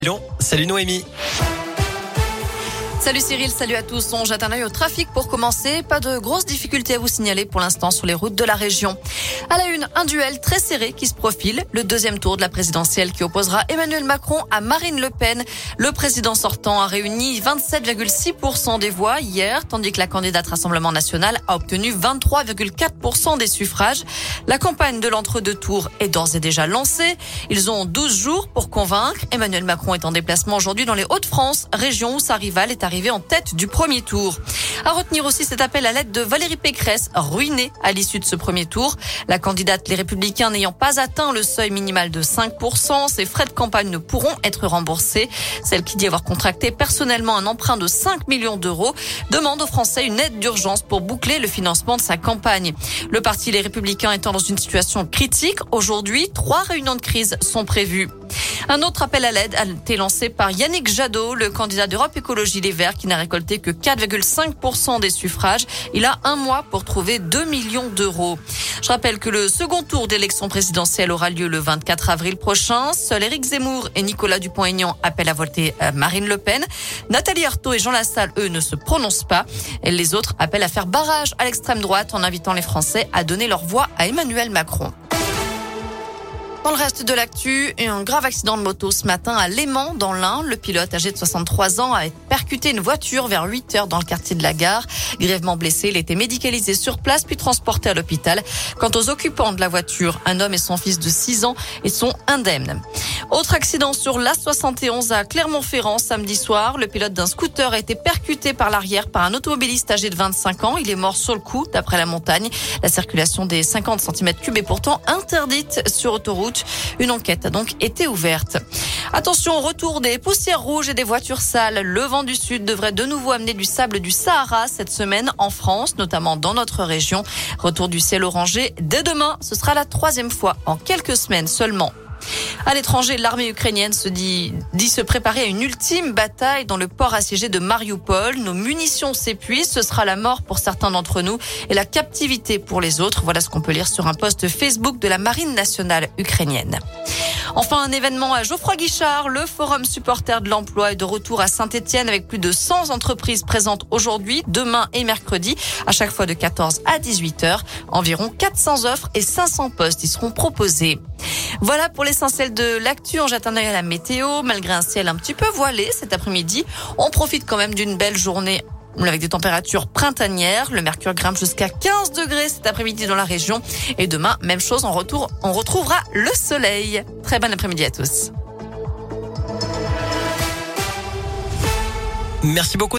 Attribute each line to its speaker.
Speaker 1: Salut Noémie.
Speaker 2: Salut Cyril, salut à tous. On jette un œil au trafic pour commencer. Pas de grosses difficultés à vous signaler pour l'instant sur les routes de la région. À la une, un duel très serré qui se profile. Le deuxième tour de la présidentielle qui opposera Emmanuel Macron à Marine Le Pen. Le président sortant a réuni 27,6% des voix hier, tandis que la candidate Rassemblement National a obtenu 23,4% des suffrages. La campagne de l'entre-deux tours est d'ores et déjà lancée. Ils ont 12 jours pour convaincre. Emmanuel Macron est en déplacement aujourd'hui dans les Hauts-de-France, région où sa rivale est arrivé en tête du premier tour. À retenir aussi cet appel à l'aide de Valérie Pécresse, ruinée à l'issue de ce premier tour. La candidate Les Républicains n'ayant pas atteint le seuil minimal de 5%, ses frais de campagne ne pourront être remboursés. Celle qui dit avoir contracté personnellement un emprunt de 5 millions d'euros demande aux Français une aide d'urgence pour boucler le financement de sa campagne. Le parti Les Républicains étant dans une situation critique, aujourd'hui, 3 réunions de crise sont prévues. Un autre appel à l'aide a été lancé par Yannick Jadot, le candidat d'Europe Écologie Les Verts, qui n'a récolté que 4,5% des suffrages. Il a un mois pour trouver 2 millions d'euros. Je rappelle que le second tour d'élection présidentielle aura lieu le 24 avril prochain. Seuls Éric Zemmour et Nicolas Dupont-Aignan appellent à voter Marine Le Pen. Nathalie Arthaud et Jean Lassalle, eux, ne se prononcent pas. Et les autres appellent à faire barrage à l'extrême droite en invitant les Français à donner leur voix à Emmanuel Macron. Dans le reste de l'actu, un grave accident de moto ce matin à Léman, dans l'Ain. Le pilote âgé de 63 ans a percuté une voiture vers 8 heures dans le quartier de la Gare. Grièvement blessé, il était médicalisé sur place puis transporté à l'hôpital. Quant aux occupants de la voiture, un homme et son fils de 6 ans, ils sont indemnes. Autre accident sur l'A71 à Clermont-Ferrand samedi soir. Le pilote d'un scooter a été percuté par l'arrière par un automobiliste âgé de 25 ans. Il est mort sur le coup, d'après la montagne. La circulation des 50 cm3 est pourtant interdite sur autoroute. Une enquête a donc été ouverte. Attention au retour des poussières rouges et des voitures sales. Le vent du sud devrait de nouveau amener du sable du Sahara cette semaine en France, notamment dans notre région. Retour du ciel orangé dès demain. Ce sera la 3e fois en quelques semaines seulement. À l'étranger, l'armée ukrainienne dit se préparer à une ultime bataille dans le port assiégé de Mariupol. Nos munitions s'épuisent, ce sera la mort pour certains d'entre nous et la captivité pour les autres. Voilà ce qu'on peut lire sur un post Facebook de la Marine nationale ukrainienne. Enfin, un événement à Geoffroy-Guichard. Le Forum supporter de l'emploi est de retour à Saint-Étienne avec plus de 100 entreprises présentes aujourd'hui, demain et mercredi, à chaque fois de 14 à 18 heures. Environ 400 offres et 500 postes y seront proposés. Voilà pour l'essentiel de l'actu. On jette un œil à la météo. Malgré un ciel un petit peu voilé cet après-midi, on profite quand même d'une belle journée avec des températures printanières. Le mercure grimpe jusqu'à 15 degrés cet après-midi dans la région. Et demain, même chose, on retrouvera le soleil. Très bon après-midi à tous.
Speaker 1: Merci beaucoup.